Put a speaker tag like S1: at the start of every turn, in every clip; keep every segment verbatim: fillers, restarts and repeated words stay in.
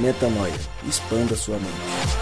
S1: Metanoia. Expanda sua mente.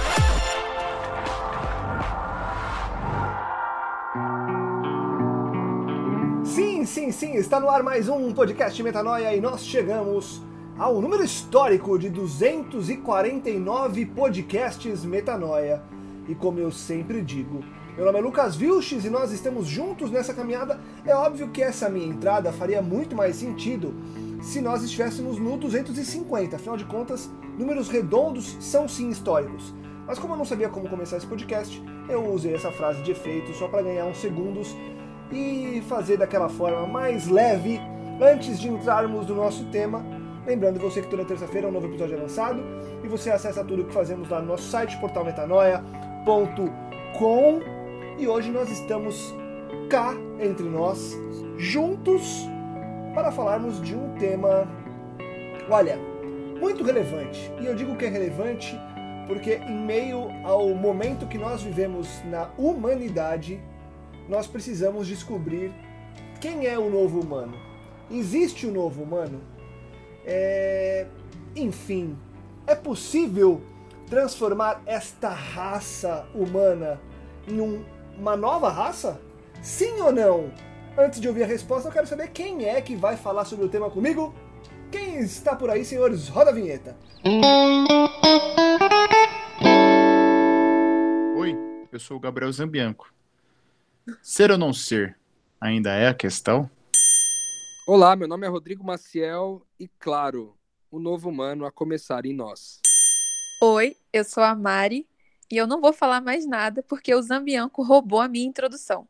S2: Sim, sim, sim, está no ar mais um podcast Metanoia e nós chegamos ao número histórico de duzentos e quarenta e nove podcasts Metanoia. E como eu sempre digo, meu nome é Lucas Vilches e nós estamos juntos nessa caminhada. É óbvio que essa minha entrada faria muito mais sentido se nós estivéssemos no duzentos e cinquenta, afinal de contas, números redondos são sim históricos. Mas como eu não sabia como começar esse podcast, eu usei essa frase de efeito só para ganhar uns segundos e fazer daquela forma mais leve antes de entrarmos no nosso tema. Lembrando você que toda terça-feira um novo episódio é lançado e você acessa tudo o que fazemos lá no nosso site, portal metanoia ponto com. E hoje nós estamos cá entre nós, juntos, para falarmos de um tema, olha, muito relevante. E eu digo que é relevante porque em meio ao momento que nós vivemos na humanidade, nós precisamos descobrir quem é o novo humano. Existe o novo humano? É... Enfim, é possível transformar esta raça humana em um, uma nova raça? Sim ou não? Antes de ouvir a resposta, eu quero saber quem é que vai falar sobre o tema comigo. Quem está por aí, senhores? Roda a vinheta.
S3: Oi, eu sou o Gabriel Zambianco. Ser ou não ser ainda é a questão?
S4: Olá, meu nome é Rodrigo Maciel e, claro, o novo humano a começar em nós.
S5: Oi, eu sou a Mari e eu não vou falar mais nada porque o Zambianco roubou a minha introdução.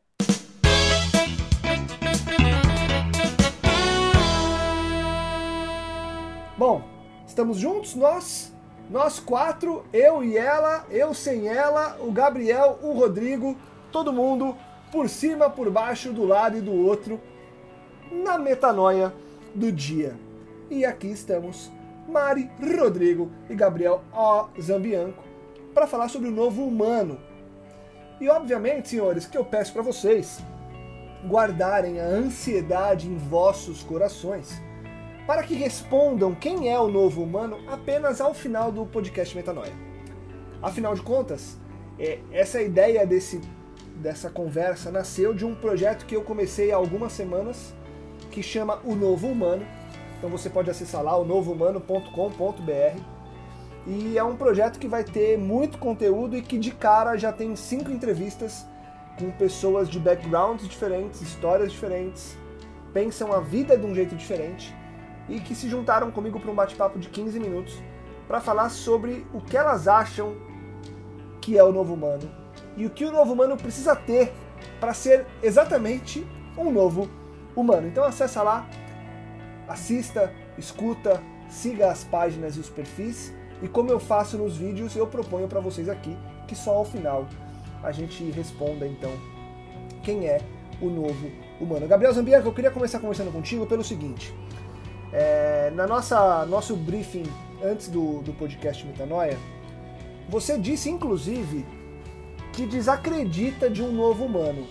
S2: Bom, estamos juntos, nós, nós quatro, eu e ela, eu sem ela, o Gabriel, o Rodrigo, todo mundo por cima, por baixo, do lado e do outro, na metanoia do dia. E aqui estamos, Mari, Rodrigo e Gabriel O. Zambianco, para falar sobre o novo humano. E obviamente, senhores, que eu peço para vocês guardarem a ansiedade em vossos corações, para que respondam quem é o novo humano apenas ao final do podcast Metanoia. Afinal de contas, é, essa ideia desse, dessa conversa nasceu de um projeto que eu comecei há algumas semanas, que chama O Novo Humano. Então você pode acessar lá o novo humano ponto com ponto b r. E é um projeto que vai ter muito conteúdo e que de cara já tem cinco entrevistas com pessoas de backgrounds diferentes, histórias diferentes, pensam a vida de um jeito diferente, e que se juntaram comigo para um bate-papo de quinze minutos para falar sobre o que elas acham que é o novo humano e o que o novo humano precisa ter para ser exatamente um novo humano. Então acessa lá, assista, escuta, siga as páginas e os perfis, e como eu faço nos vídeos, eu proponho para vocês aqui que só ao final a gente responda então quem é o novo humano. Gabriel Zambianco, eu queria começar conversando contigo pelo seguinte. É, na nossa nosso briefing antes do, do podcast Metanoia, você disse inclusive que desacredita de um novo humano.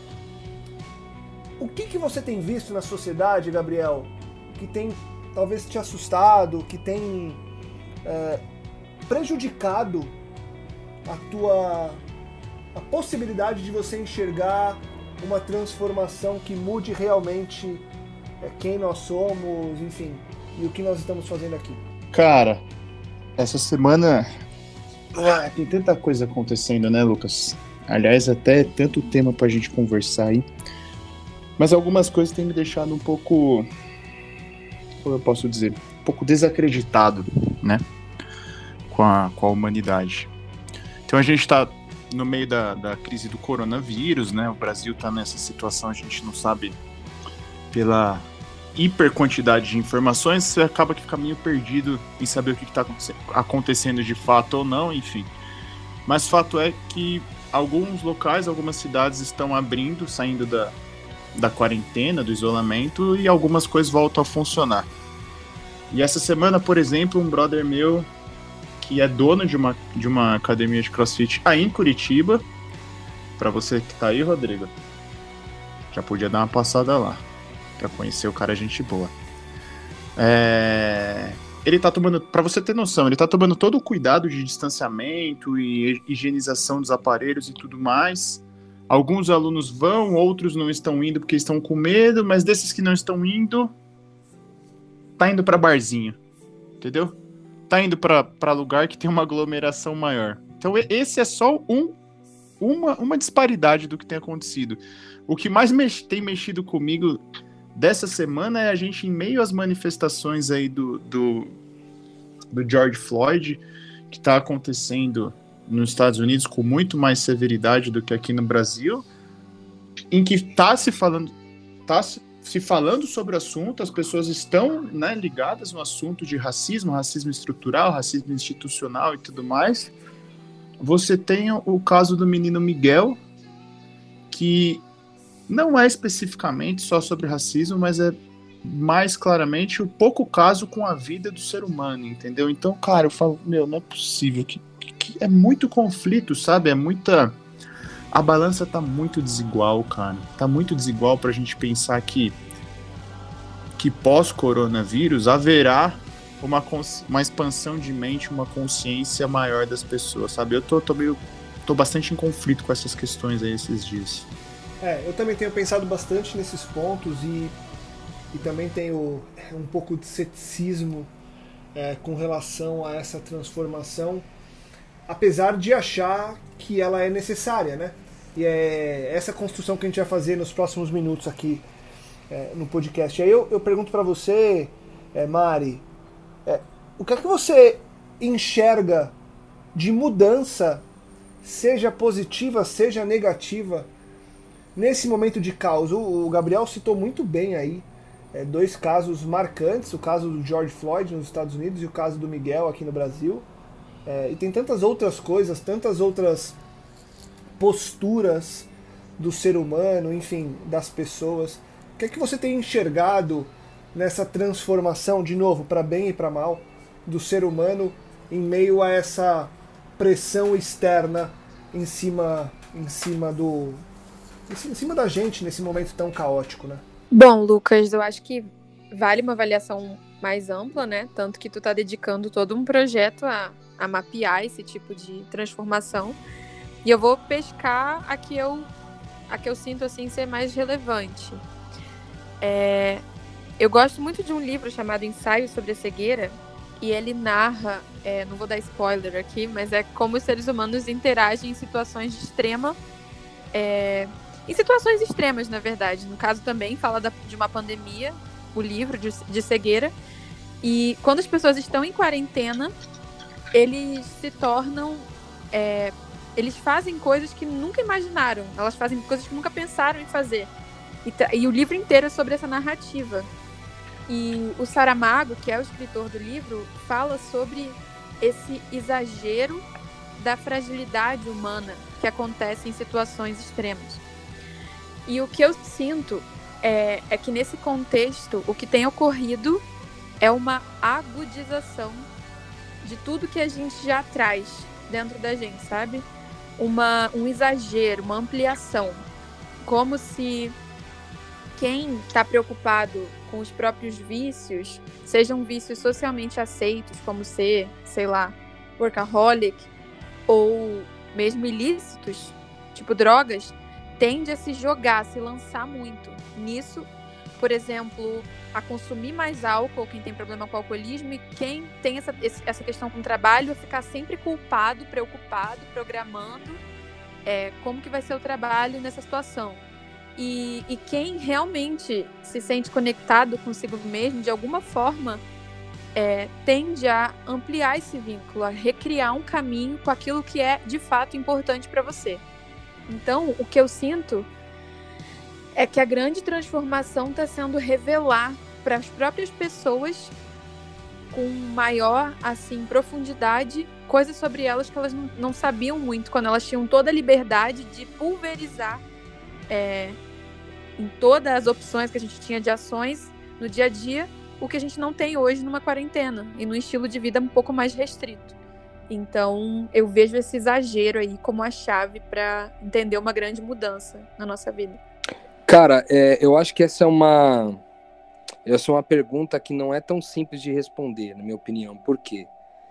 S2: O que, que você tem visto na sociedade, Gabriel, que tem talvez te assustado, que tem é, prejudicado a tua a possibilidade de você enxergar uma transformação que mude realmente é, quem nós somos, enfim, e o que nós estamos fazendo aqui?
S3: Cara, essa semana ah, tem tanta coisa acontecendo, né, Lucas? Aliás, até tanto tema pra gente conversar aí. Mas algumas coisas têm me deixado um pouco, como eu posso dizer, um pouco desacreditado, né, com a, com a humanidade. Então a gente tá no meio da, da crise do coronavírus, né, o Brasil tá nessa situação, a gente não sabe, pela hiper quantidade de informações, você acaba que fica meio perdido em saber o que está acontecendo de fato ou não, enfim. Mas fato é que alguns locais, algumas cidades estão abrindo, saindo da, da quarentena, do isolamento, e algumas coisas voltam a funcionar. E essa semana, por exemplo, um brother meu, que é dono de uma, de uma academia de CrossFit aí em Curitiba, para você que tá aí, Rodrigo, já podia dar uma passada lá, para conhecer o cara, gente boa. É... ele tá tomando, pra você ter noção, ele tá tomando todo o cuidado de distanciamento e higienização dos aparelhos e tudo mais. Alguns alunos vão, outros não estão indo porque estão com medo, mas desses que não estão indo, tá indo pra barzinho, entendeu? Tá indo pra, pra lugar que tem uma aglomeração maior. Então esse é só um, uma, uma disparidade do que tem acontecido. O que mais mex, tem mexido comigo dessa semana é a gente, em meio às manifestações aí do, do, do George Floyd, que tá acontecendo nos Estados Unidos com muito mais severidade do que aqui no Brasil, em que tá se falando, tá se, se falando sobre o assunto, as pessoas estão, né, ligadas no assunto de racismo, racismo estrutural, racismo institucional e tudo mais. Você tem o caso do menino Miguel, que não é especificamente só sobre racismo, mas é mais claramente o pouco caso com a vida do ser humano, entendeu? Então, cara, eu falo, meu, não é possível, que, que é muito conflito, sabe? É muita... A balança tá muito desigual, cara. Tá muito desigual pra gente pensar que que pós-coronavírus haverá uma, cons... uma expansão de mente, uma consciência maior das pessoas, sabe? Eu tô, tô meio... tô bastante em conflito com essas questões aí esses dias.
S2: É, eu também tenho pensado bastante nesses pontos e, e também tenho um pouco de ceticismo é, com relação a essa transformação, apesar de achar que ela é necessária, né? E é essa construção que a gente vai fazer nos próximos minutos aqui é, no podcast. Aí eu, eu pergunto para você, é, Mari, é, o que é que você enxerga de mudança, seja positiva, seja negativa, nesse momento de caos? O Gabriel citou muito bem aí é, dois casos marcantes, o caso do George Floyd nos Estados Unidos e o caso do Miguel aqui no Brasil. É, e tem tantas outras coisas, tantas outras posturas do ser humano, enfim, das pessoas. O que é que você tem enxergado nessa transformação, de novo, para bem e para mal, do ser humano em meio a essa pressão externa em cima, em cima do... em cima da gente nesse momento tão caótico, né?
S5: Bom, Lucas, eu acho que vale uma avaliação mais ampla, né? Tanto que tu tá dedicando todo um projeto a, a mapear esse tipo de transformação. E eu vou pescar a que eu, a que eu sinto assim ser mais relevante. É, eu gosto muito de um livro chamado Ensaio sobre a Cegueira, e ele narra, é, não vou dar spoiler aqui, mas é como os seres humanos interagem em situações de extrema... É, em situações extremas, na verdade. No caso também fala da, de uma pandemia, o livro de, de cegueira. E quando as pessoas estão em quarentena, eles se tornam... É, eles fazem coisas que nunca imaginaram. Elas fazem coisas que nunca pensaram em fazer. E, e o livro inteiro é sobre essa narrativa. E o Saramago, que é o escritor do livro, fala sobre esse exagero da fragilidade humana que acontece em situações extremas. E o que eu sinto é, é que nesse contexto, o que tem ocorrido é uma agudização de tudo que a gente já traz dentro da gente, sabe? Uma, um exagero, uma ampliação. Como se quem está preocupado com os próprios vícios, sejam vícios socialmente aceitos, como ser, sei lá, workaholic, ou mesmo ilícitos, tipo drogas, tende a se jogar, a se lançar muito nisso. Por exemplo, a consumir mais álcool, quem tem problema com alcoolismo, e quem tem essa, essa questão com o trabalho, a ficar sempre culpado, preocupado, programando é, como que vai ser o trabalho nessa situação. E, e quem realmente se sente conectado consigo mesmo, de alguma forma, é, tende a ampliar esse vínculo, a recriar um caminho com aquilo que é, de fato, importante para você. Então, o que eu sinto é que a grande transformação está sendo revelar para as próprias pessoas, com maior assim, profundidade, coisas sobre elas que elas não, não sabiam muito, quando elas tinham toda a liberdade de pulverizar é, em todas as opções que a gente tinha de ações no dia a dia, o que a gente não tem hoje numa quarentena e num estilo de vida um pouco mais restrito. Então, eu vejo esse exagero aí como a chave para entender uma grande mudança na nossa vida.
S4: Cara, é, eu acho que essa é uma Essa é uma pergunta que não é tão simples de responder, na minha opinião. Por quê?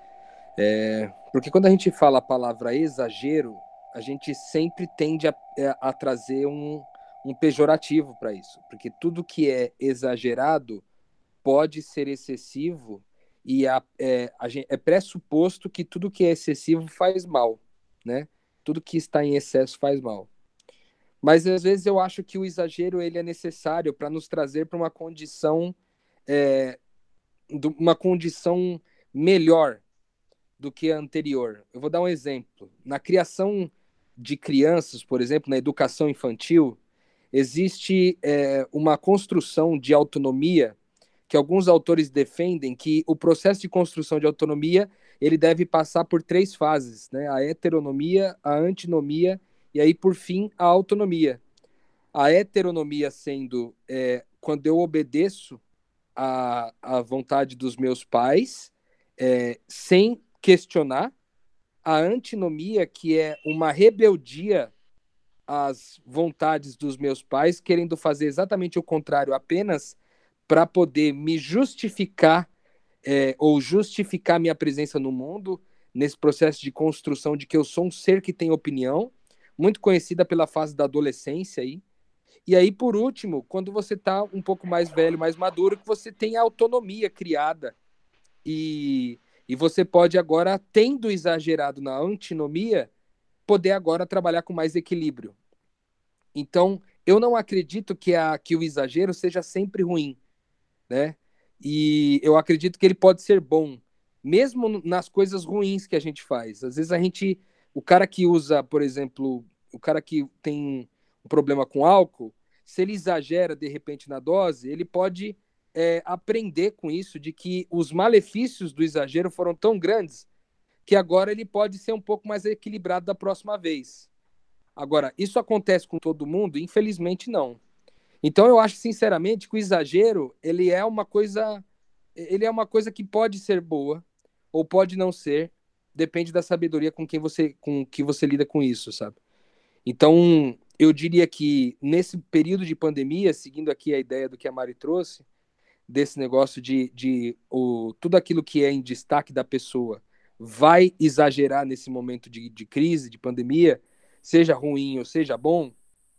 S4: É, porque quando a gente fala a palavra exagero, a gente sempre tende a, a trazer um, um pejorativo para isso. Porque tudo que é exagerado pode ser excessivo e a, é, a gente, é pressuposto que tudo que é excessivo faz mal, né? Tudo que está em excesso faz mal. Mas às vezes eu acho que o exagero ele é necessário para nos trazer para uma condição, é, uma condição melhor do que a anterior. Eu vou dar um exemplo. Na criação de crianças, por exemplo, na educação infantil, existe é, uma construção de autonomia que alguns autores defendem que o processo de construção de autonomia ele deve passar por três fases, né? A heteronomia, a antinomia e aí, por fim, a autonomia. A heteronomia sendo é, quando eu obedeço à, à vontade dos meus pais, é, sem questionar. A antinomia, que é uma rebeldia às vontades dos meus pais, querendo fazer exatamente o contrário, apenas para poder me justificar é, ou justificar minha presença no mundo, nesse processo de construção de que eu sou um ser que tem opinião, muito conhecida pela fase da adolescência aí. E aí, por último, quando você está um pouco mais velho, mais maduro, que você tem a autonomia criada e, e você pode agora, tendo exagerado na antinomia, poder agora trabalhar com mais equilíbrio. Então, eu não acredito que, a, que o exagero seja sempre ruim, né? E eu acredito que ele pode ser bom, mesmo nas coisas ruins que a gente faz. Às vezes a gente... O cara que usa, por exemplo, o cara que tem um problema com álcool, se ele exagera de repente na dose, ele pode é, aprender com isso, de que os malefícios do exagero foram tão grandes que agora ele pode ser um pouco mais equilibrado da próxima vez. Agora, isso acontece com todo mundo? Infelizmente não. Então eu acho sinceramente que o exagero ele é uma coisa, ele é uma coisa que pode ser boa ou pode não ser. Depende da sabedoria com quem você, com que você lida com isso, sabe? Então, eu diria que nesse período de pandemia, seguindo aqui a ideia do que a Mari trouxe, desse negócio de, de o, tudo aquilo que é em destaque da pessoa vai exagerar nesse momento de, de crise, de pandemia, seja ruim ou seja bom,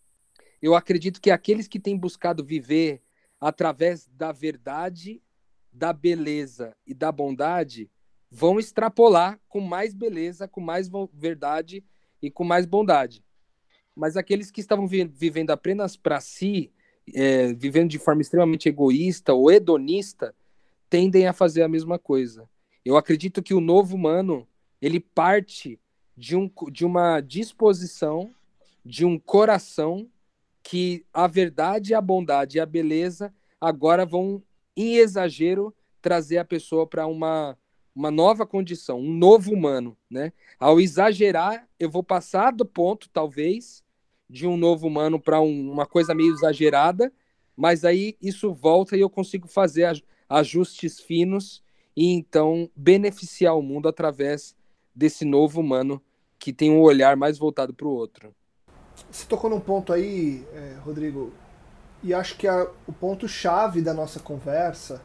S4: eu acredito que aqueles que têm buscado viver através da verdade, da beleza e da bondade vão extrapolar com mais beleza, com mais verdade e com mais bondade. Mas aqueles que estavam vi vivendo apenas para si, é, vivendo de forma extremamente egoísta ou hedonista, tendem a fazer a mesma coisa. Eu acredito que o novo humano, ele parte de, um, de uma disposição, de um coração que a verdade, a bondade e a beleza agora vão, em exagero, trazer a pessoa para uma uma nova condição, um novo humano, né? Ao exagerar, eu vou passar do ponto, talvez, de um novo humano para um, uma coisa meio exagerada, mas aí isso volta e eu consigo fazer ajustes finos e, então, beneficiar o mundo através desse novo humano que tem um olhar mais voltado para o outro.
S2: Você tocou num ponto aí, é, Rodrigo, e acho que é o ponto-chave da nossa conversa,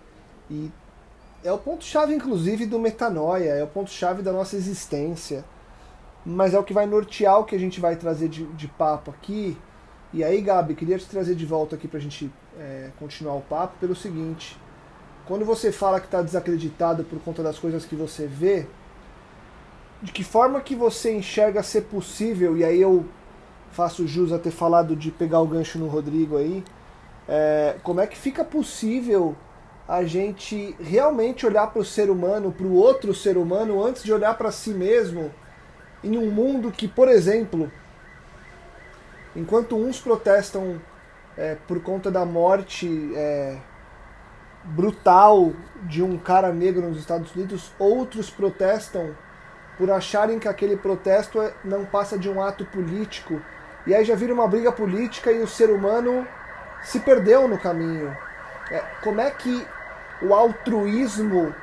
S2: e é o ponto-chave, inclusive, do Metanoia, é o ponto-chave da nossa existência, mas é o que vai nortear o que a gente vai trazer de, de papo aqui. E aí, Gabi, queria te trazer de volta aqui pra gente é, continuar o papo pelo seguinte: quando você fala que está desacreditado por conta das coisas que você vê, de que forma que você enxerga ser possível, e aí eu faço jus a ter falado de pegar o gancho no Rodrigo aí, é, como é que fica possível a gente realmente olhar para o ser humano, para o outro ser humano, antes de olhar para si mesmo, em um mundo que, por exemplo, enquanto uns protestam é, por conta da morte é, brutal de um cara negro nos Estados Unidos, outros protestam por acharem que aquele protesto não passa de um ato político, e aí já vira uma briga política e o ser humano se perdeu no caminho. É, como é que o altruísmo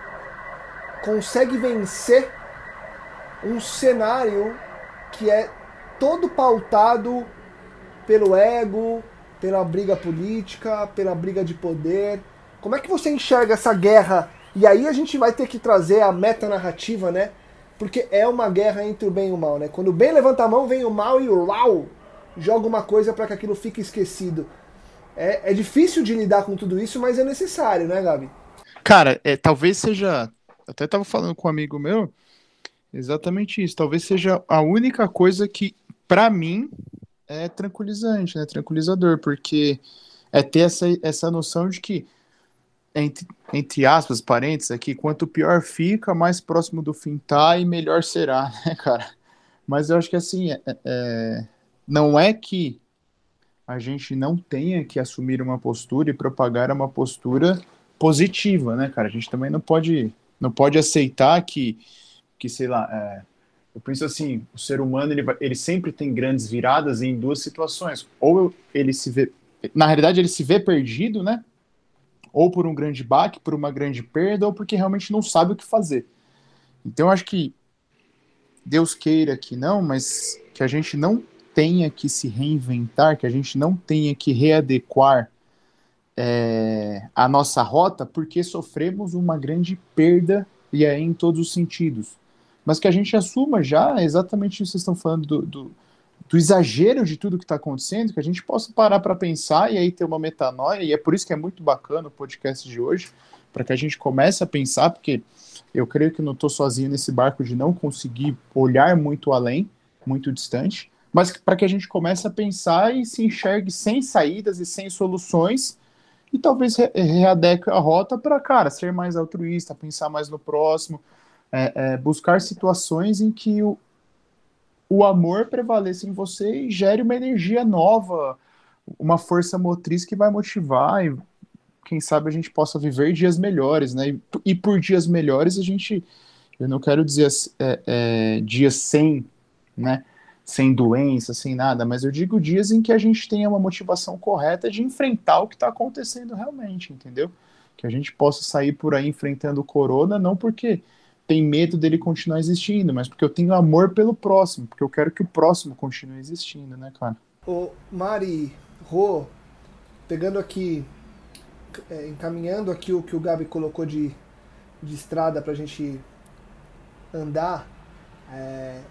S2: consegue vencer um cenário que é todo pautado pelo ego, pela briga política, pela briga de poder. Como é que você enxerga essa guerra? E aí a gente vai ter que trazer a metanarrativa, né? Porque é uma guerra entre o bem e o mal, né? Quando o bem levanta a mão, vem o mal e o uau, joga uma coisa para que aquilo fique esquecido. É, é difícil de lidar com tudo isso, mas é necessário, né, Gabi?
S3: Cara, é, talvez seja... Até tava falando com um amigo meu, exatamente isso. Talvez seja a única coisa que, pra mim, é tranquilizante, né? Tranquilizador, porque é ter essa, essa noção de que, entre, entre aspas, parênteses aqui, quanto pior fica, mais próximo do fim tá e melhor será, né, cara? Mas eu acho que, assim, é, é, não é que a gente não tenha que assumir uma postura e propagar uma postura positiva, né, cara? A gente também não pode, não pode aceitar que, que sei lá, é, eu penso assim, o ser humano, ele, vai, ele sempre tem grandes viradas em duas situações. Ou ele se vê, na realidade ele se vê perdido, né? Ou por um grande baque, por uma grande perda, ou porque realmente não sabe o que fazer. Então eu acho que Deus queira que não, mas que a gente não tenha que se reinventar, que a gente não tenha que readequar é, a nossa rota porque sofremos uma grande perda, e aí em todos os sentidos. Mas que a gente assuma já exatamente o que vocês estão falando do, do, do exagero de tudo que está acontecendo, que a gente possa parar para pensar e aí ter uma metanoia, e é por isso que é muito bacana o podcast de hoje, para que a gente comece a pensar, porque eu creio que não estou sozinho nesse barco de não conseguir olhar muito além, muito distante, mas para que a gente comece a pensar e se enxergue sem saídas e sem soluções, e talvez re readeque a rota para, cara, ser mais altruísta, pensar mais no próximo, é, é, buscar situações em que o, o amor prevaleça em você e gere uma energia nova, uma força motriz que vai motivar e quem sabe a gente possa viver dias melhores, né? E, e por dias melhores a gente, eu não quero dizer é, é, dias sem, né? Sem doença, sem nada, mas eu digo dias em que a gente tenha uma motivação correta de enfrentar o que está acontecendo realmente, entendeu? Que a gente possa sair por aí enfrentando o corona, não porque tem medo dele continuar existindo, mas porque eu tenho amor pelo próximo, porque eu quero que o próximo continue existindo, né, cara?
S2: Ô, Mari, Rô, pegando aqui, é, encaminhando aqui o que o Gabi colocou de, de estrada pra gente andar, é,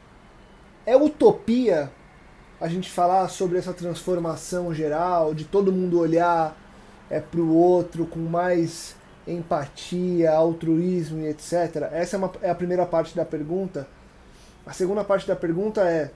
S2: é utopia a gente falar sobre essa transformação geral, de todo mundo olhar é, pro outro com mais empatia, altruísmo e etcétera. Essa é, uma, é a primeira parte da pergunta. A segunda parte da pergunta é,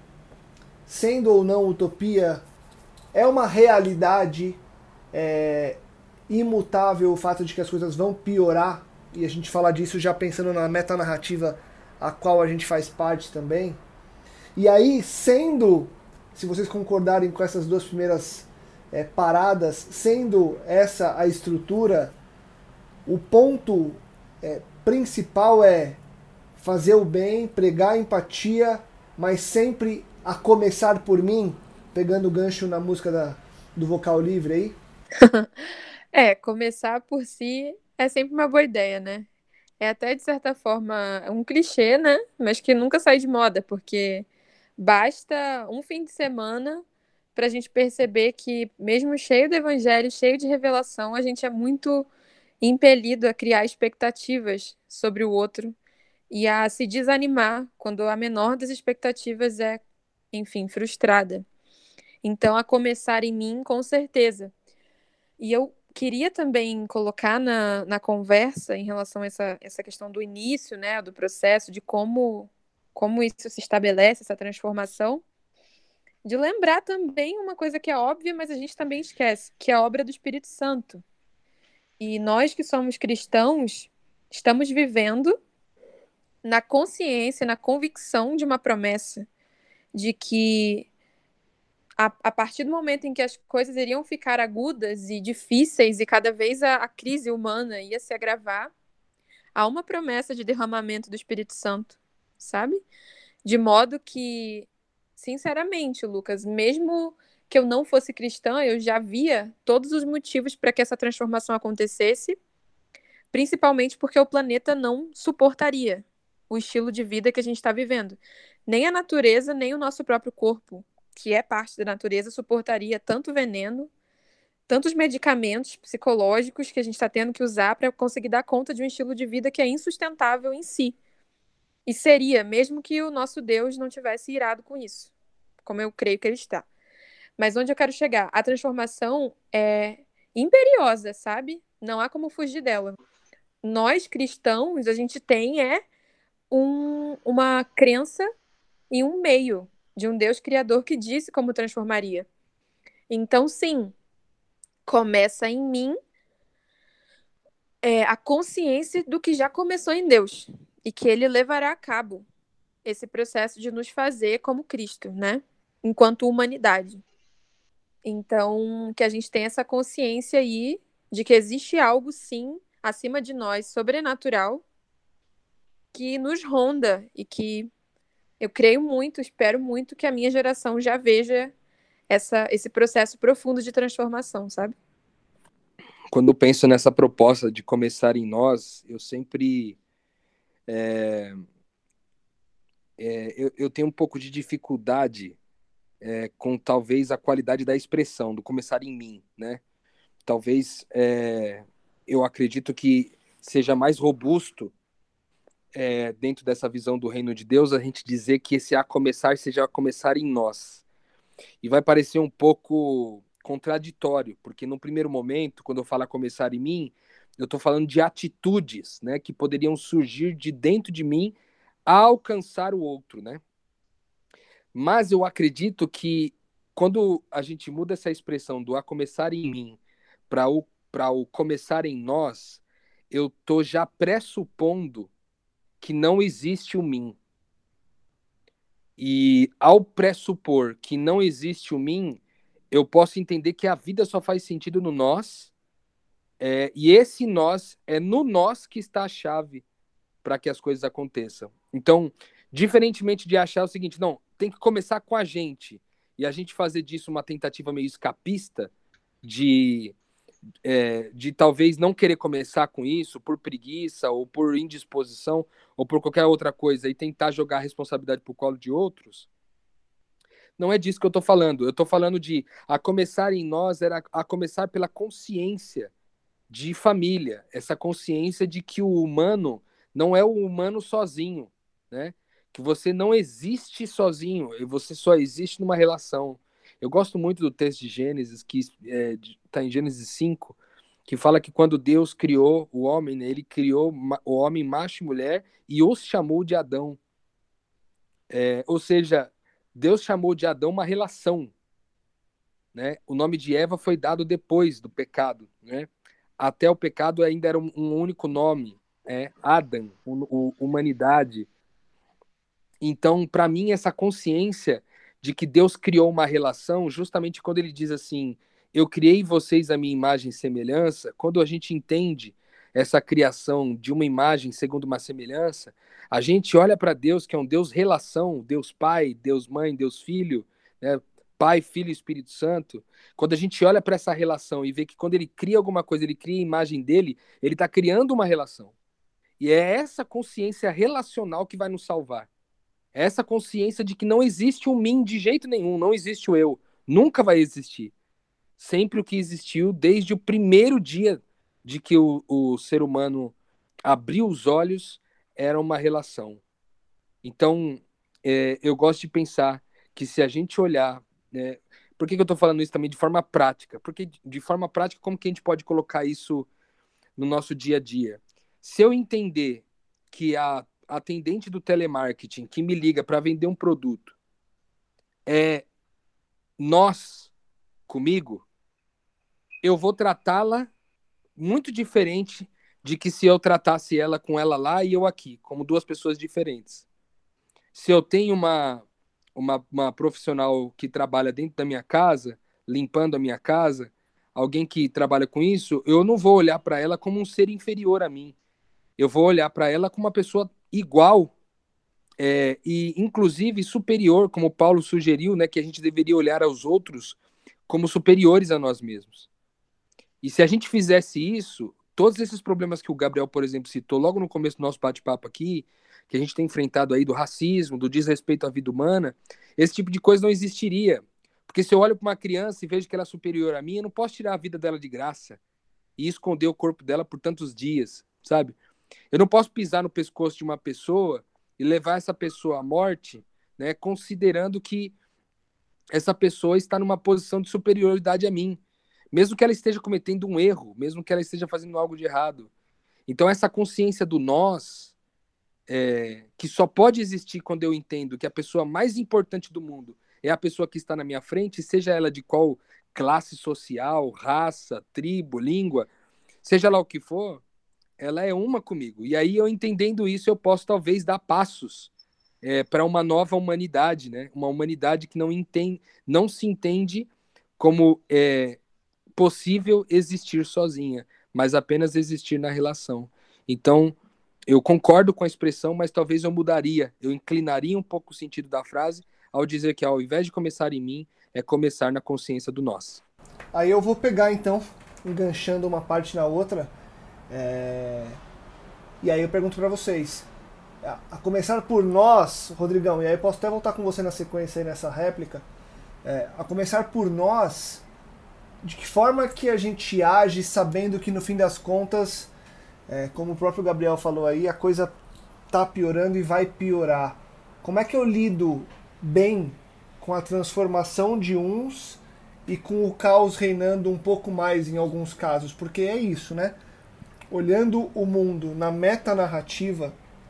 S2: sendo ou não utopia, é uma realidade é, imutável o fato de que as coisas vão piorar, e a gente fala disso já pensando na metanarrativa a qual a gente faz parte também. E aí, sendo, se vocês concordarem com essas duas primeiras é, paradas, sendo essa a estrutura, o ponto é, principal é fazer o bem, pregar empatia, mas sempre a começar por mim, pegando o gancho na música da, do Vocal Livre aí.
S5: É, começar por si é sempre uma boa ideia, né? É até, de certa forma, um clichê, né? Mas que nunca sai de moda, porque basta um fim de semana para a gente perceber que, mesmo cheio do evangelho, cheio de revelação, a gente é muito impelido a criar expectativas sobre o outro e a se desanimar quando a menor das expectativas é, enfim, frustrada. Então, a começar em mim, com certeza. E eu queria também colocar na, na conversa, em relação a essa, essa questão do início, né, do processo, de como, como isso se estabelece, essa transformação, de lembrar também uma coisa que é óbvia, mas a gente também esquece, que é a obra do Espírito Santo. E nós que somos cristãos, estamos vivendo na consciência, na convicção de uma promessa, de que a, a partir do momento em que as coisas iriam ficar agudas e difíceis e cada vez a, a crise humana ia se agravar, há uma promessa de derramamento do Espírito Santo, sabe? De modo que, sinceramente, Lucas, mesmo que eu não fosse cristã, eu já via todos os motivos para que essa transformação acontecesse, principalmente porque o planeta não suportaria o estilo de vida que a gente está vivendo. Nem a natureza, nem o nosso próprio corpo que é parte da natureza, suportaria tanto veneno, tantos medicamentos psicológicos que a gente está tendo que usar para conseguir dar conta de um estilo de vida que é insustentável em si. E seria, mesmo que o nosso Deus não tivesse irado com isso, como eu creio que ele está. Mas onde eu quero chegar? A transformação é imperiosa, sabe? Não há como fugir dela. Nós, cristãos, a gente tem é um, uma crença em um meio de um Deus criador que disse como transformaria. Então, sim, começa em mim é, a consciência do que já começou em Deus e que ele levará a cabo esse processo de nos fazer como Cristo, né? Enquanto humanidade. Então, que a gente tenha essa consciência aí de que existe algo, sim, acima de nós, sobrenatural, que nos ronda e que eu creio muito, espero muito que a minha geração já veja essa, esse processo profundo de transformação, sabe?
S4: Quando eu penso nessa proposta de começar em nós, eu sempre... É, é, eu, eu tenho um pouco de dificuldade é, com talvez a qualidade da expressão, do começar em mim, né? Talvez é, eu acredito que seja mais robusto é, dentro dessa visão do reino de Deus a gente dizer que esse a começar seja a começar em nós. E vai parecer um pouco contraditório, porque no primeiro momento, quando eu falo a começar em mim, eu estou falando de atitudes, né, que poderiam surgir de dentro de mim a alcançar o outro, né? Mas eu acredito que quando a gente muda essa expressão do a começar em mim para o, para o começar em nós, eu estou já pressupondo que não existe o mim. E ao pressupor que não existe o mim, eu posso entender que a vida só faz sentido no nós, é, e esse nós, é no nós que está a chave para que as coisas aconteçam. Então, diferentemente de achar o seguinte, não, tem que começar com a gente, e a gente fazer disso uma tentativa meio escapista, de, é, de talvez não querer começar com isso, por preguiça, ou por indisposição, ou por qualquer outra coisa, e tentar jogar a responsabilidade pro colo de outros, não é disso que eu estou falando. Eu estou falando de a começar em nós, era a começar pela consciência de família, essa consciência de que o humano não é o humano sozinho, né? Que você não existe sozinho, você só existe numa relação. Eu gosto muito do texto de Gênesis, que está é, em Gênesis cinco, que fala que quando Deus criou o homem, né, ele criou o homem macho e mulher e os chamou de Adão. É, ou seja, Deus chamou de Adão uma relação, né? O nome de Eva foi dado depois do pecado, né? Até o pecado ainda era um, um único nome, é Adam, um, um, humanidade. Então, para mim, essa consciência de que Deus criou uma relação, justamente quando ele diz assim, eu criei vocês a minha imagem e semelhança, quando a gente entende essa criação de uma imagem segundo uma semelhança, a gente olha para Deus, que é um Deus relação, Deus Pai, Deus Mãe, Deus Filho, né? Pai, Filho e Espírito Santo. Quando a gente olha para essa relação e vê que quando ele cria alguma coisa, ele cria a imagem dele, ele está criando uma relação. E é essa consciência relacional que vai nos salvar. É essa consciência de que não existe o mim de jeito nenhum, não existe o eu. Nunca vai existir. Sempre o que existiu desde o primeiro dia de que o, o ser humano abriu os olhos era uma relação. Então, é, eu gosto de pensar que se a gente olhar... É, por que, que eu estou falando isso também de forma prática? Porque de forma prática, como que a gente pode colocar isso no nosso dia a dia? Se eu entender que a atendente do telemarketing que me liga para vender um produto é nós, comigo, eu vou tratá-la muito diferente de que se eu tratasse ela com ela lá e eu aqui, como duas pessoas diferentes. Se eu tenho uma, uma, uma profissional que trabalha dentro da minha casa, limpando a minha casa, alguém que trabalha com isso, eu não vou olhar para ela como um ser inferior a mim. Eu vou olhar para ela como uma pessoa igual é, e, inclusive, superior, como Paulo sugeriu, né, que a gente deveria olhar aos outros como superiores a nós mesmos. E se a gente fizesse isso, todos esses problemas que o Gabriel, por exemplo, citou logo no começo do nosso bate-papo aqui, que a gente tem enfrentado aí do racismo, do desrespeito à vida humana, esse tipo de coisa não existiria. Porque se eu olho para uma criança e vejo que ela é superior a mim, eu não posso tirar a vida dela de graça e esconder o corpo dela por tantos dias, sabe? Eu não posso pisar no pescoço de uma pessoa e levar essa pessoa à morte, né, considerando que essa pessoa está numa posição de superioridade a mim, mesmo que ela esteja cometendo um erro, mesmo que ela esteja fazendo algo de errado. Então essa consciência do nós, é, que só pode existir quando eu entendo que a pessoa mais importante do mundo é a pessoa que está na minha frente, seja ela de qual classe social, raça, tribo, língua, seja lá o que for, ela é uma comigo. E aí, eu entendendo isso, eu posso talvez dar passos é, para uma nova humanidade, né? Uma humanidade que não, entende, não se entende como é, possível existir sozinha, mas apenas existir na relação. Então, eu concordo com a expressão, mas talvez eu mudaria, eu inclinaria um pouco o sentido da frase ao dizer que ao invés de começar em mim, é começar na consciência do nós.
S2: Aí eu vou pegar então, enganchando uma parte na outra, é... e aí eu pergunto para vocês, a começar por nós, Rodrigão, e aí eu posso até voltar com você na sequência aí nessa réplica, é... a começar por nós, de que forma que a gente age sabendo que no fim das contas, é, como o próprio Gabriel falou aí, a coisa tá piorando e vai piorar. Como é que eu lido bem com a transformação de uns e com o caos reinando um pouco mais em alguns casos? Porque é isso, né? Olhando o mundo na metanarrativa,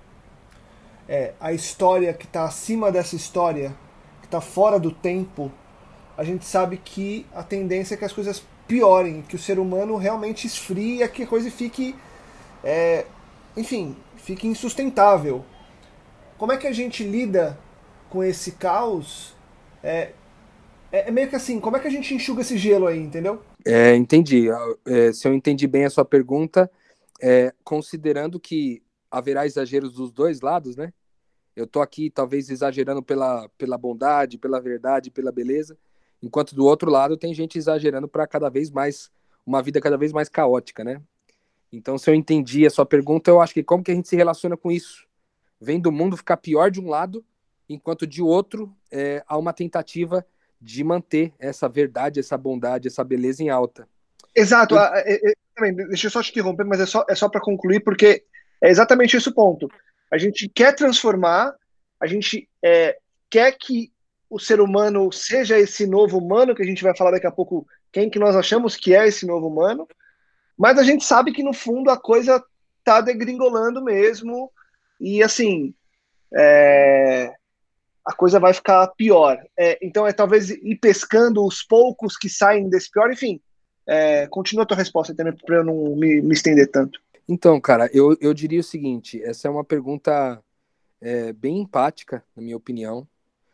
S2: é, a história que está acima dessa história, que está fora do tempo, a gente sabe que a tendência é que as coisas piorem, que o ser humano realmente esfrie e que a coisa fique, é, enfim, fique insustentável. Como é que a gente lida com esse caos? É, é meio que assim, como é que a gente enxuga esse gelo aí, entendeu?
S4: É, entendi. É, se eu entendi bem a sua pergunta, é, considerando que haverá exageros dos dois lados, né? Eu tô aqui talvez exagerando pela, pela bondade, pela verdade, pela beleza, enquanto do outro lado tem gente exagerando para cada vez mais, uma vida cada vez mais caótica, né? Então, se eu entendi a sua pergunta, eu acho que como que a gente se relaciona com isso? Vendo o mundo ficar pior de um lado, enquanto de outro é, há uma tentativa de manter essa verdade, essa bondade, essa beleza em alta.
S2: Exato. Eu... Deixa eu só te interromper, mas é só, é só para concluir, porque é exatamente esse o ponto. A gente quer transformar, a gente é, quer que o ser humano seja esse novo humano, que a gente vai falar daqui a pouco quem que nós achamos que é esse novo humano, mas a gente sabe que no fundo a coisa tá degringolando mesmo, e assim, é... a coisa vai ficar pior. É, então é talvez ir pescando os poucos que saem desse pior, enfim. É, continua a tua resposta também, para eu não me, me estender tanto.
S4: Então, cara, eu, eu diria o seguinte, essa é uma pergunta é, bem empática, na minha opinião,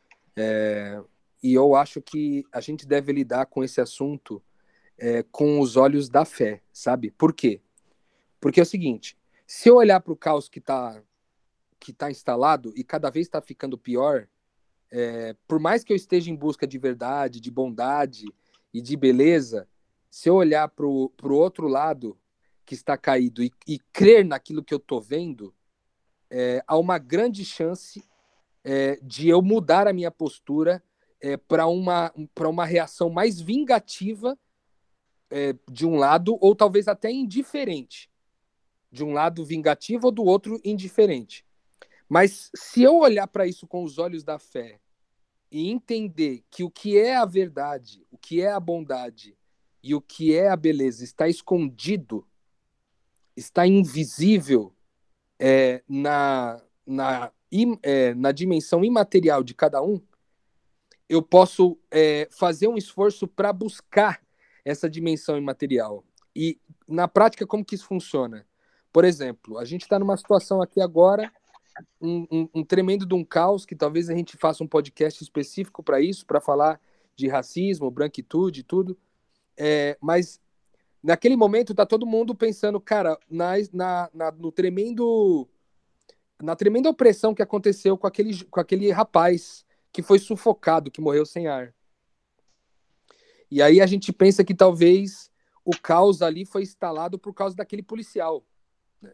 S4: é, e eu acho que a gente deve lidar com esse assunto é, com os olhos da fé, sabe? Por quê? Porque é o seguinte, se eu olhar para o caos que está que tá instalado e cada vez está ficando pior, é, por mais que eu esteja em busca de verdade, de bondade e de beleza, se eu olhar para o outro lado que está caído e, e crer naquilo que eu estou vendo, é, há uma grande chance é, de eu mudar a minha postura é, para uma, para uma reação mais vingativa é, de um lado, ou talvez até indiferente. De um lado vingativo ou do outro indiferente. Mas se eu olhar para isso com os olhos da fé e entender que o que é a verdade, o que é a bondade e o que é a beleza está escondido, está invisível é, na, na, é, na dimensão imaterial de cada um, eu posso é, fazer um esforço para buscar essa dimensão imaterial. E na prática, como que isso funciona? Por exemplo, a gente está numa situação aqui agora, um, um, um tremendo de um caos, que talvez a gente faça um podcast específico para isso, para falar de racismo, branquitude e tudo. É, mas naquele momento tá todo mundo pensando, cara, na, na, na, no tremendo, na tremenda opressão que aconteceu com aquele, com aquele rapaz que foi sufocado, que morreu sem ar. E aí a gente pensa que talvez o caos ali foi instalado por causa daquele policial, né?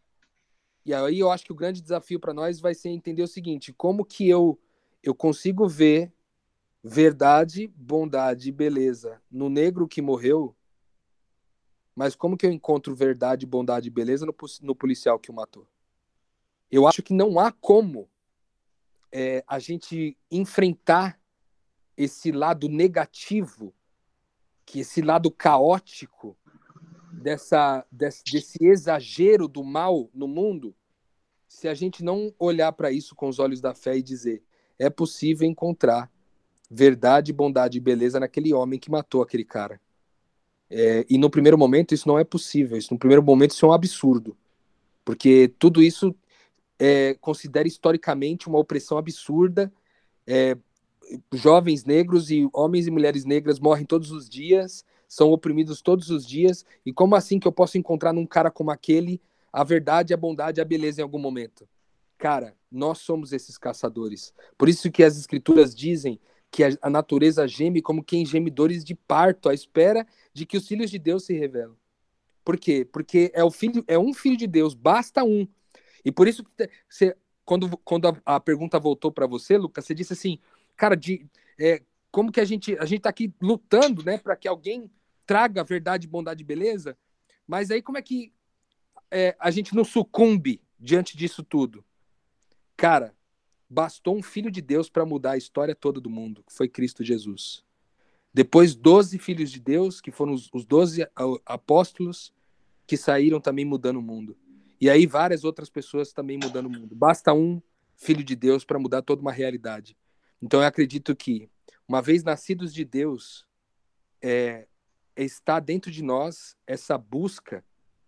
S4: E aí eu acho que o grande desafio para nós vai ser entender o seguinte: como que eu, eu consigo ver verdade, bondade e beleza no negro que morreu, mas como que eu encontro verdade, bondade e beleza no, no policial que o matou? Eu acho que não há como é, a gente enfrentar esse lado negativo, que esse lado caótico dessa, desse, desse exagero do mal no mundo, se a gente não olhar para isso com os olhos da fé e dizer: é possível encontrar verdade, bondade e beleza naquele homem que matou aquele cara. É, e no primeiro momento isso não é possível. Isso, no primeiro momento isso é um absurdo, porque tudo isso é, considera historicamente uma opressão absurda. É, jovens negros e homens e mulheres negras morrem todos os dias, são oprimidos todos os dias, e como assim que eu posso encontrar num cara como aquele a verdade, a bondade e a beleza em algum momento? Cara, nós somos esses caçadores. Por isso que as escrituras dizem que a natureza geme como quem geme dores de parto, à espera de que os filhos de Deus se revelam. Por quê? Porque é, o filho, é um filho de Deus, basta um. E por isso que você, quando, quando a, a pergunta voltou para você, Lucas, você disse assim, cara, de, é, como que a gente a gente tá aqui lutando, né, para que alguém traga verdade, bondade e beleza, mas aí como é que é, a gente não sucumbe diante disso tudo? Cara, bastou um filho de Deus para mudar a história toda do mundo, que foi Cristo Jesus. Depois, doze filhos de Deus, que foram os, os doze apóstolos, que saíram também mudando o mundo. E aí várias outras pessoas também mudando o mundo. Basta um filho de Deus para mudar toda uma realidade. Então eu acredito que, uma vez nascidos de Deus, é, está dentro de nós essa busca,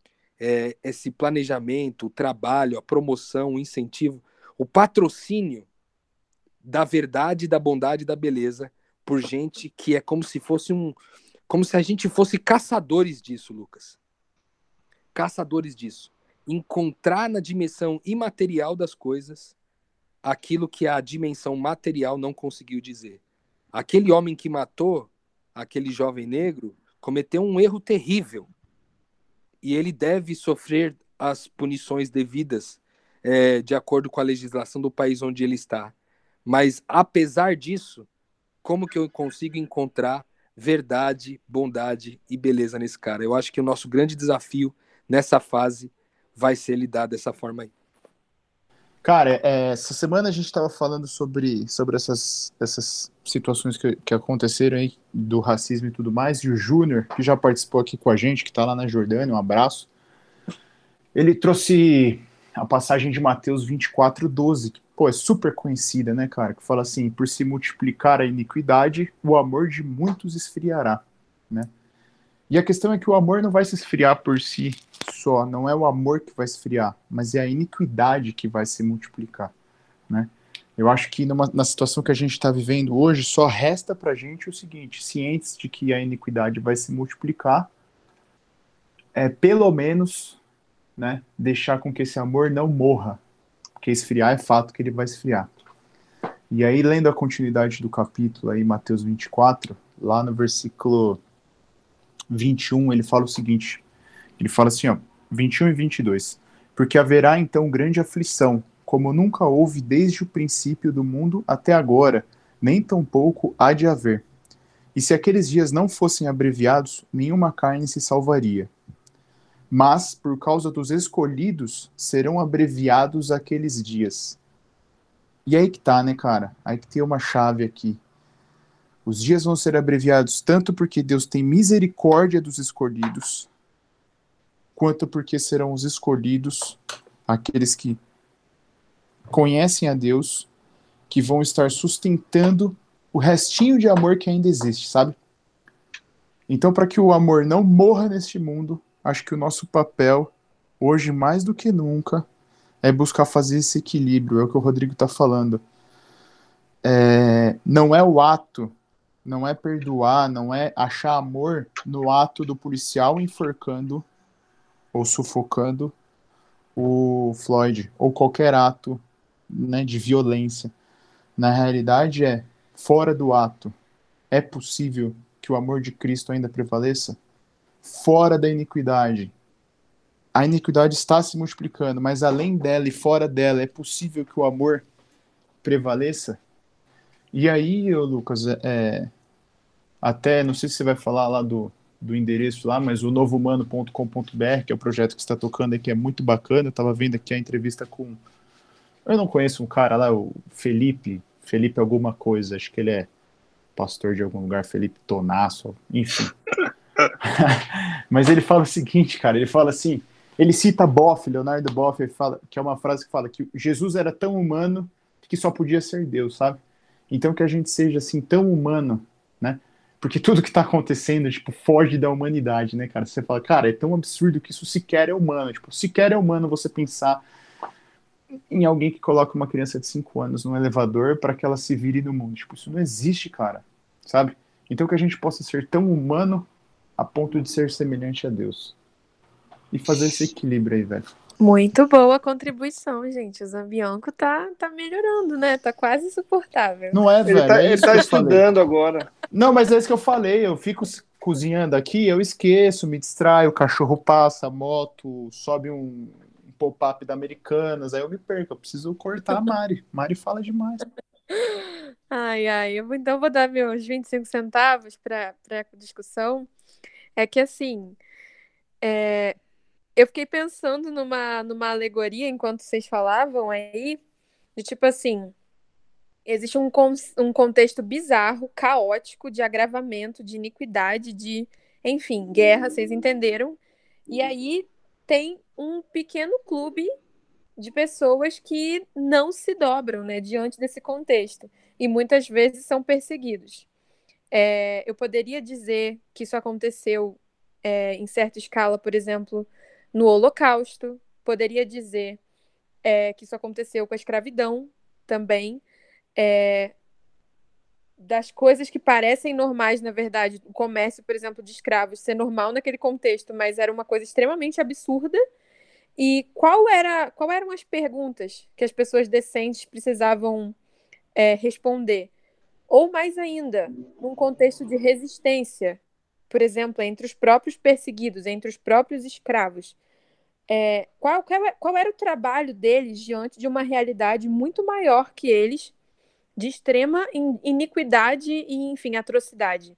S4: é, esse planejamento, o trabalho, a promoção, o incentivo, o patrocínio da verdade, da bondade e da beleza por gente que é como se fosse um, como se a gente fosse caçadores disso, Lucas. Caçadores disso. Encontrar na dimensão imaterial das coisas aquilo que a dimensão material não conseguiu dizer. Aquele homem que matou aquele jovem negro cometeu um erro terrível e ele deve sofrer as punições devidas é, de acordo com a legislação do país onde ele está. Mas, apesar disso, como que eu consigo encontrar verdade, bondade e beleza nesse cara? Eu acho que o nosso grande desafio nessa fase vai ser lidar dessa forma aí.
S3: Cara, é, essa semana a gente estava falando sobre, sobre essas, essas situações que, que aconteceram aí, do racismo e tudo mais, e o Júnior, que já participou aqui com a gente, que está lá na Jordânia, um abraço, ele trouxe a passagem de Mateus vinte e quatro, doze, que, pô, é super conhecida, né, cara, que fala assim: por se multiplicar a iniquidade, o amor de muitos esfriará, né? E a questão é que o amor não vai se esfriar por si só, não é o amor que vai esfriar, mas é a iniquidade que vai se multiplicar, né? Eu acho que numa, na situação que a gente está vivendo hoje, só resta pra gente o seguinte: cientes de que a iniquidade vai se multiplicar, é pelo menos, né, deixar com que esse amor não morra, porque esfriar é fato que ele vai esfriar. E aí, lendo a continuidade do capítulo aí, Mateus vinte e quatro, lá no versículo vinte e um, ele fala o seguinte, ele fala assim, ó, vinte e um e vinte e dois, porque haverá então grande aflição, como nunca houve desde o princípio do mundo até agora, nem tampouco há de haver. E se aqueles dias não fossem abreviados, nenhuma carne se salvaria. Mas, por causa dos escolhidos, serão abreviados aqueles dias. E aí que tá, né, cara? Aí que tem uma chave aqui. Os dias vão ser abreviados tanto porque Deus tem misericórdia dos escolhidos, quanto porque serão os escolhidos, aqueles que conhecem a Deus, que vão estar sustentando o restinho de amor que ainda existe, sabe? Então, para que o amor não morra neste mundo, acho que o nosso papel, hoje mais do que nunca, é buscar fazer esse equilíbrio, é o que o Rodrigo está falando. É, não é o ato, não é perdoar, não é achar amor no ato do policial enforcando ou sufocando o Floyd, ou qualquer ato, né, de violência. Na realidade é, fora do ato, é possível que o amor de Cristo ainda prevaleça? fora da iniquidade. A iniquidade está se multiplicando, mas além dela e fora dela, é possível que o amor prevaleça? E aí, ô Lucas, é, até, não sei se você vai falar lá do, do endereço lá, mas o novo humano ponto com ponto b r, que é o projeto que você está tocando aqui, é muito bacana. Eu estava vendo aqui a entrevista com... Eu não conheço um cara lá, o Felipe, Felipe alguma coisa, acho que ele é pastor de algum lugar, Felipe Tonasso, enfim. Mas ele fala o seguinte, cara, ele fala assim, ele cita Boff, Leonardo Boff, ele fala, que é uma frase que fala que Jesus era tão humano que só podia ser Deus, sabe? Então que a gente seja assim tão humano, né? Porque tudo que tá acontecendo, tipo, foge da humanidade, né, cara? Você fala, cara, é tão absurdo que isso sequer é humano. Tipo, sequer é humano você pensar em alguém que coloca uma criança de cinco anos num elevador para que ela se vire no mundo. Tipo, isso não existe, cara, sabe? Então que a gente possa ser tão humano a ponto de ser semelhante a Deus. E fazer esse equilíbrio aí, velho.
S5: Muito boa contribuição, gente. O Zambianco tá, tá melhorando, né? Tá quase insuportável.
S3: Não é, velho?
S6: Ele tá,
S3: é
S6: ele
S3: isso
S6: tá
S3: que eu
S6: estudando
S3: falei.
S6: agora.
S3: Não, mas é isso que eu falei. Eu fico cozinhando aqui, eu esqueço, me distraio, o cachorro passa, a moto, sobe um, um pop-up da Americanas, aí eu me perco. Eu preciso cortar a Mari. Mari fala demais.
S5: Ai, ai. Eu, vou- então vou dar meus vinte e cinco centavos para para discussão. É que assim, é, eu fiquei pensando numa, numa alegoria enquanto vocês falavam aí, de tipo assim, existe um, con- um contexto bizarro, caótico, de agravamento, de iniquidade, de, enfim, guerra, vocês entenderam? E aí tem um pequeno clube de pessoas que não se dobram, né, diante desse contexto. E muitas vezes são perseguidos. É, eu poderia dizer que isso aconteceu é, em certa escala, por exemplo, no Holocausto. Poderia dizer é, que isso aconteceu com a escravidão também. É, das coisas que parecem normais, na verdade, o comércio, por exemplo, de escravos ser normal naquele contexto, mas era uma coisa extremamente absurda. E qual era, qual eram as perguntas que as pessoas decentes precisavam é, responder? Ou mais ainda, num contexto de resistência, por exemplo, entre os próprios perseguidos, entre os próprios escravos. É, qual, qual, qual era o trabalho deles diante de uma realidade muito maior que eles, de extrema iniquidade e, enfim, atrocidade?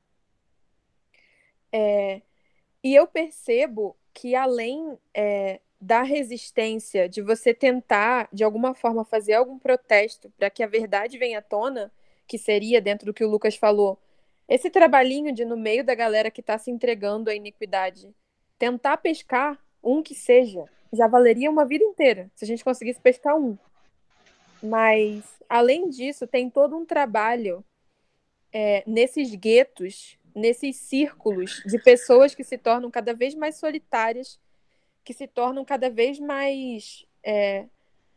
S5: É, e eu percebo que, além é, da resistência, de você tentar, de alguma forma, fazer algum protesto para que a verdade venha à tona, que seria, dentro do que o Lucas falou, esse trabalhinho de, no meio da galera que está se entregando à iniquidade, tentar pescar um que seja, já valeria uma vida inteira, se a gente conseguisse pescar um. Mas, além disso, tem todo um trabalho é, nesses guetos, nesses círculos de pessoas que se tornam cada vez mais solitárias, que se tornam cada vez mais é,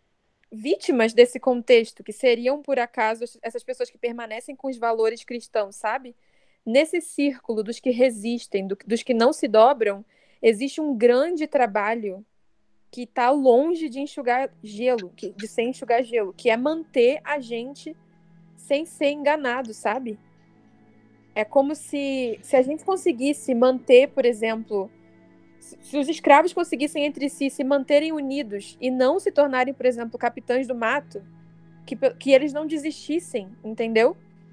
S5: vítimas desse contexto, que seriam, por acaso, essas pessoas que permanecem com os valores cristãos, sabe? Nesse círculo dos que resistem, do, dos que não se dobram, existe um grande trabalho que está longe de enxugar gelo, que, de ser enxugar gelo, que é manter a gente sem ser enganado, sabe? É como se, se a gente conseguisse manter, por exemplo, se, se os escravos conseguissem entre si se manterem unidos e não se tornarem, por exemplo, capitães do mato, que, que eles não desistissem, entendeu?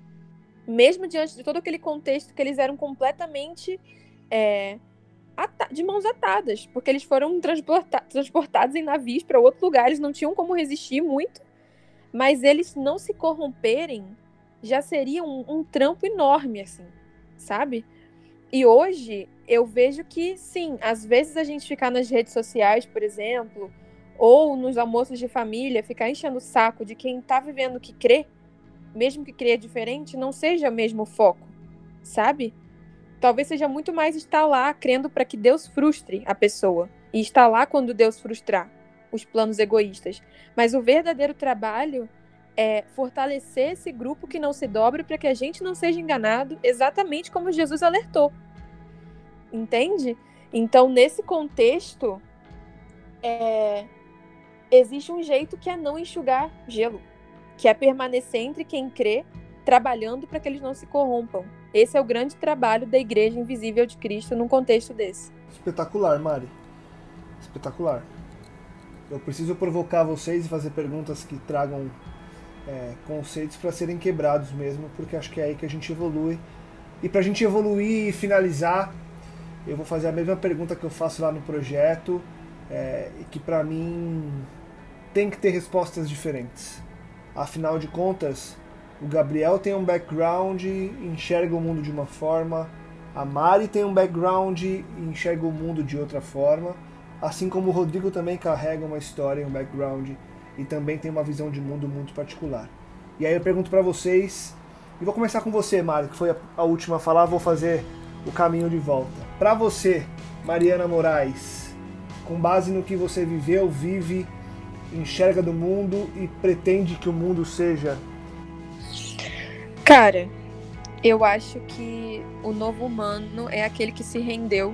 S5: Mesmo diante de todo aquele contexto que eles eram completamente é, de mãos atadas, porque eles foram transporta transportados em navios para outro lugar, eles não tinham como resistir muito, mas eles não se corromperem já seria um, um trampo enorme, assim, sabe? E hoje eu vejo que, sim, às vezes a gente ficar nas redes sociais, por exemplo, ou nos almoços de família, ficar enchendo o saco de quem tá vivendo o que crê, mesmo que crê diferente, não seja o mesmo foco, sabe? Talvez seja muito mais estar lá crendo para que Deus frustre a pessoa, e estar lá quando Deus frustrar os planos egoístas. Mas o verdadeiro trabalho é fortalecer esse grupo que não se dobra para que a gente não seja enganado, exatamente como Jesus alertou. Entende? Então, nesse contexto, é, existe um jeito que é não enxugar gelo, que é permanecer entre quem crê, trabalhando para que eles não se corrompam. esse é o grande trabalho da Igreja Invisível de Cristo num contexto desse.
S2: Espetacular, Mari. Espetacular. Eu preciso provocar vocês e fazer perguntas que tragam é, conceitos para serem quebrados mesmo, porque acho que é aí que a gente evolui. E para a gente evoluir e finalizar, eu vou fazer a mesma pergunta que eu faço lá no projeto, é, e que para mim tem que ter respostas diferentes. Afinal de contas, o Gabriel tem um background e enxerga o mundo de uma forma, a Mari tem um background e enxerga o mundo de outra forma, assim como o Rodrigo também carrega uma história e um background e também tem uma visão de mundo muito particular. E aí eu pergunto para vocês, e vou começar com você, Mari, que foi a, a última a falar, vou fazer o caminho de volta. Para você, Mariana Moraes, com base no que você viveu, vive, enxerga do mundo e pretende que o mundo seja?
S5: Cara, eu acho que o novo humano é aquele que se rendeu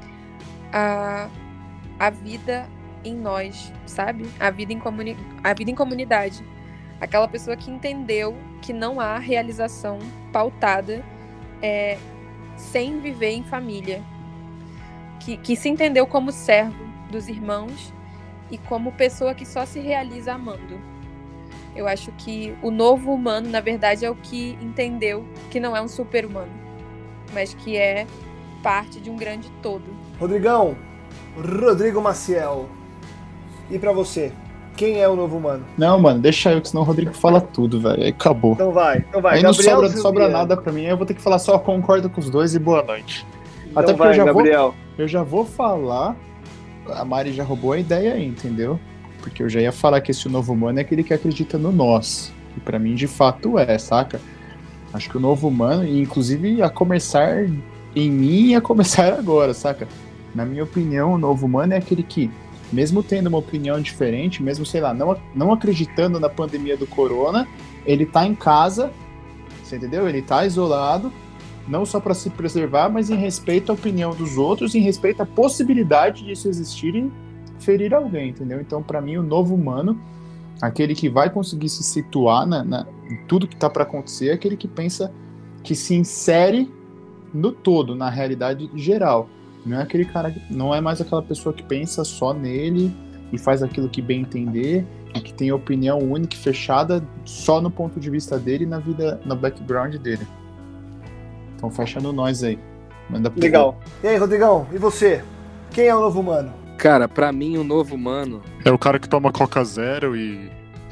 S5: a, a vida em nós, sabe? A vida em, comuni- a vida em comunidade. Aquela pessoa que entendeu que não há realização pautada é, sem viver em família. Que, que se entendeu como servo dos irmãos e como pessoa que só se realiza amando. Eu acho que o novo humano, na verdade, é o que entendeu que não é um super-humano, mas que é parte de um grande todo.
S2: Rodrigão, Rodrigo Maciel, e pra você, quem é o novo humano?
S3: Não, mano, deixa eu, que senão o Rodrigo fala tudo, velho. Aí acabou.
S2: Então vai, então vai.
S3: Aí não
S2: Gabriel
S3: sobra,
S2: Silveira.
S3: sobra nada pra mim, aí eu vou ter que falar só concordo com os dois e boa noite.
S2: Então
S3: Até porque
S2: vai,
S3: eu já
S2: Gabriel.
S3: vou, eu já vou falar, a Mari já roubou a ideia aí, entendeu? Porque eu já ia falar que esse novo humano é aquele que acredita no nós. E pra mim, de fato, é, saca? Acho que o novo humano, e inclusive a começar em mim e a começar agora, saca? Na minha opinião, o novo humano é aquele que, mesmo tendo uma opinião diferente, mesmo, sei lá, não, não acreditando na pandemia do corona, ele tá em casa, você entendeu? Ele tá isolado, não só para se preservar, mas em respeito à opinião dos outros, em respeito à possibilidade disso existir e ferir alguém, entendeu? Então, para mim, o novo humano, aquele que vai conseguir se situar na, na, em tudo que tá para acontecer, é aquele que pensa, que se insere no todo, na realidade geral. Não é aquele cara, não é mais aquela pessoa que pensa só nele e faz aquilo que bem entender e que tem opinião única e fechada só no ponto de vista dele e na vida, no background dele. Então fecha no nós aí. Manda pro
S2: Legal. E aí, Rodrigão, e você? Quem é o novo humano?
S4: Cara, pra mim, o novo humano...
S6: É o cara que toma Coca Zero e...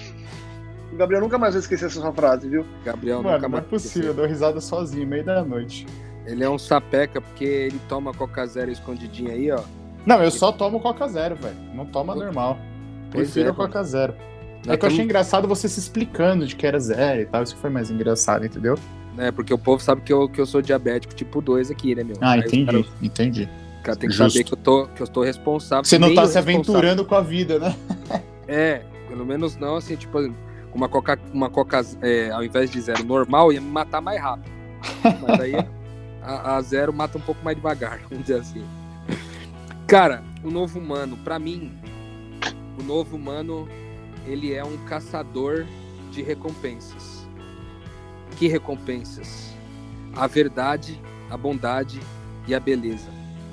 S2: O Gabriel nunca mais vai esquecer essa sua frase, viu?
S4: Gabriel
S3: Mano,
S4: nunca
S3: não é
S4: mais
S3: possível, eu dou risada sozinho, meio da noite.
S4: Ele é um sapeca, porque ele toma Coca Zero escondidinho aí, ó.
S3: Não, eu só tomo Coca Zero, velho. Não toma normal.
S4: Pois
S3: Prefiro
S4: é,
S3: a Coca Zero.
S4: Nós
S3: É que eu achei
S4: tamo-
S3: engraçado você se explicando de que era zero e tal. Isso que foi mais engraçado, entendeu?
S4: É, porque o povo sabe que eu, que eu sou diabético tipo dois aqui, né, meu?
S3: Ah,
S4: Aí os
S3: entendi,
S4: caras-
S3: entendi.
S4: O cara tem que
S3: Justo.
S4: saber que eu tô, que eu tô responsável.
S3: Você não
S4: meio
S3: tá se
S4: responsável.
S3: aventurando com a vida, né?
S4: É, pelo menos não, assim, tipo, uma coca, uma coca é, ao invés de zero normal, ia me matar mais rápido. Mas aí a, a zero mata um pouco mais devagar, vamos dizer assim. Cara, o novo humano, pra mim, o novo humano, ele é um caçador de recompensas. Que recompensas? A verdade, a bondade e a beleza.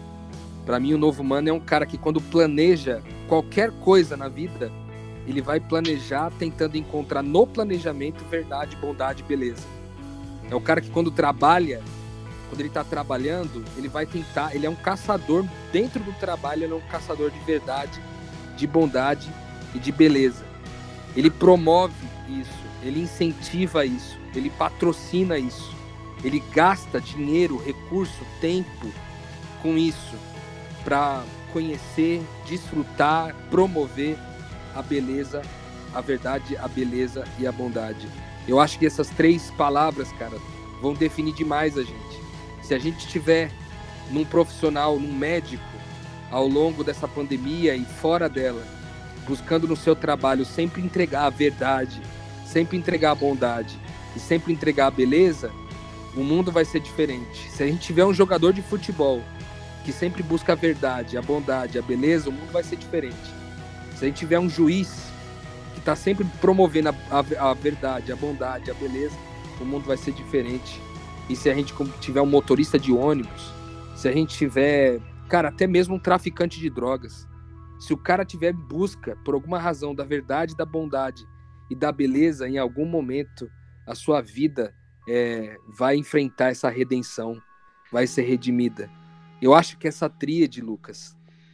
S4: Pra mim, o novo humano é um cara que, quando planeja qualquer coisa na vida, ele vai planejar tentando encontrar no planejamento verdade, bondade e beleza. É o cara que, quando trabalha, quando ele tá trabalhando, ele vai tentar, ele é um caçador dentro do trabalho, ele é um caçador de verdade, de bondade e de beleza. Ele promove isso, ele incentiva isso, ele patrocina isso, ele gasta dinheiro, recurso, tempo com isso para conhecer, desfrutar, promover a beleza, a verdade, a beleza e a bondade. Eu acho que essas três palavras, cara, vão definir demais a gente. Se a gente estiver num profissional, num médico, ao longo dessa pandemia e fora dela, buscando no seu trabalho sempre entregar a verdade, sempre entregar a bondade e sempre entregar a beleza, o mundo vai ser diferente. Se a gente tiver um jogador de futebol que sempre busca a verdade, a bondade, a beleza, o mundo vai ser diferente. Se a gente tiver um juiz que está sempre promovendo a, a, a verdade, a bondade, a beleza, o mundo vai ser diferente. e se a gente tiver um motorista de ônibus, se a gente tiver, cara, até mesmo um traficante de drogas, se o cara tiver em busca, por alguma razão, da verdade, da bondade e da beleza, em algum momento a sua vida é, vai enfrentar essa redenção, vai ser redimida. Eu acho que essa tríade, Lucas,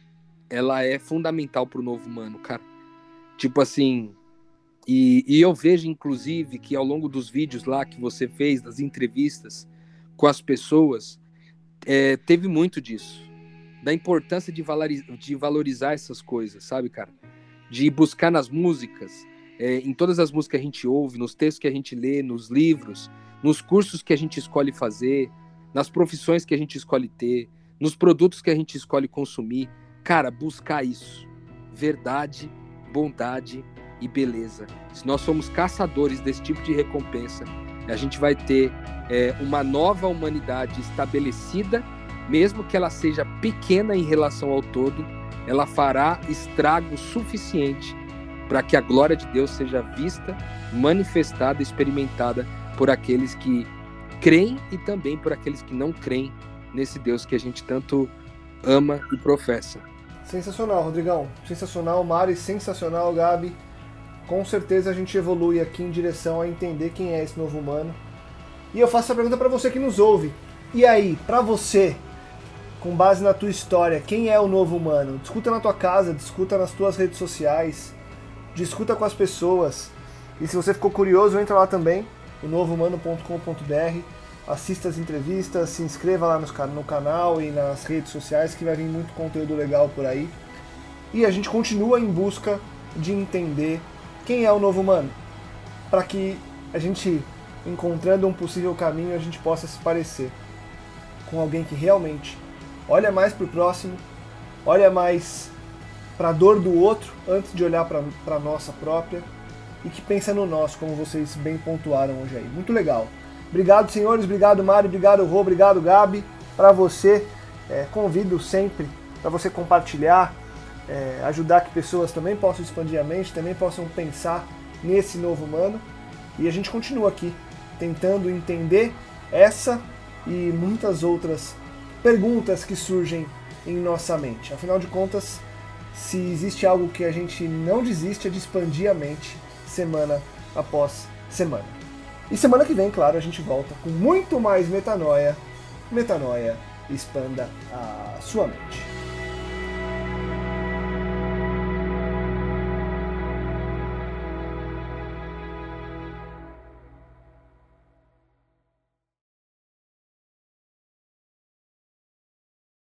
S4: ela é fundamental pro novo humano, cara. Tipo assim, e, e eu vejo, inclusive, que ao longo dos vídeos lá que você fez, das entrevistas com as pessoas, é, teve muito disso. Da importância de, valoriz, de valorizar essas coisas, sabe, cara? De buscar nas músicas, é, em todas as músicas que a gente ouve, nos textos que a gente lê, nos livros, nos cursos que a gente escolhe fazer, nas profissões que a gente escolhe ter, nos produtos que a gente escolhe consumir. Cara, buscar isso. Verdade, bondade e beleza. Se nós somos caçadores desse tipo de recompensa, a gente vai ter é, uma nova humanidade estabelecida, mesmo que ela seja pequena em relação ao todo, ela fará estrago suficiente para que a glória de Deus seja vista, manifestada, experimentada por aqueles que creem e também por aqueles que não creem nesse Deus que a gente tanto ama e professa.
S2: Sensacional, Rodrigão. Sensacional, Mari. Sensacional, Gabi. Com certeza a gente evolui aqui em direção a entender quem é esse novo humano. E eu faço essa pergunta para você que nos ouve. E aí, para você, com base na tua história, quem é o novo humano? Discuta na tua casa, discuta nas tuas redes sociais, discuta com as pessoas. E se você ficou curioso, entra lá também, o novo humano ponto com ponto b r. Assista as entrevistas, se inscreva lá no canal e nas redes sociais, que vai vir muito conteúdo legal por aí. E a gente continua em busca de entender quem é o novo humano, para que a gente, encontrando um possível caminho, a gente possa se parecer com alguém que realmente olha mais para o próximo, olha mais para a dor do outro antes de olhar para a nossa própria, e que pensa no nosso, como vocês bem pontuaram hoje aí. Muito legal. Obrigado, senhores, obrigado, Mari, obrigado, Rô, obrigado, Gabi. Para você, é, convido sempre para você compartilhar, é, ajudar que pessoas também possam expandir a mente, também possam pensar nesse novo humano. E a gente continua aqui, tentando entender essa e muitas outras perguntas que surgem em nossa mente. Afinal de contas, se existe algo que a gente não desiste, é de expandir a mente semana após semana. E semana que vem, claro, a gente volta com muito mais metanoia. Metanoia, expanda a sua mente.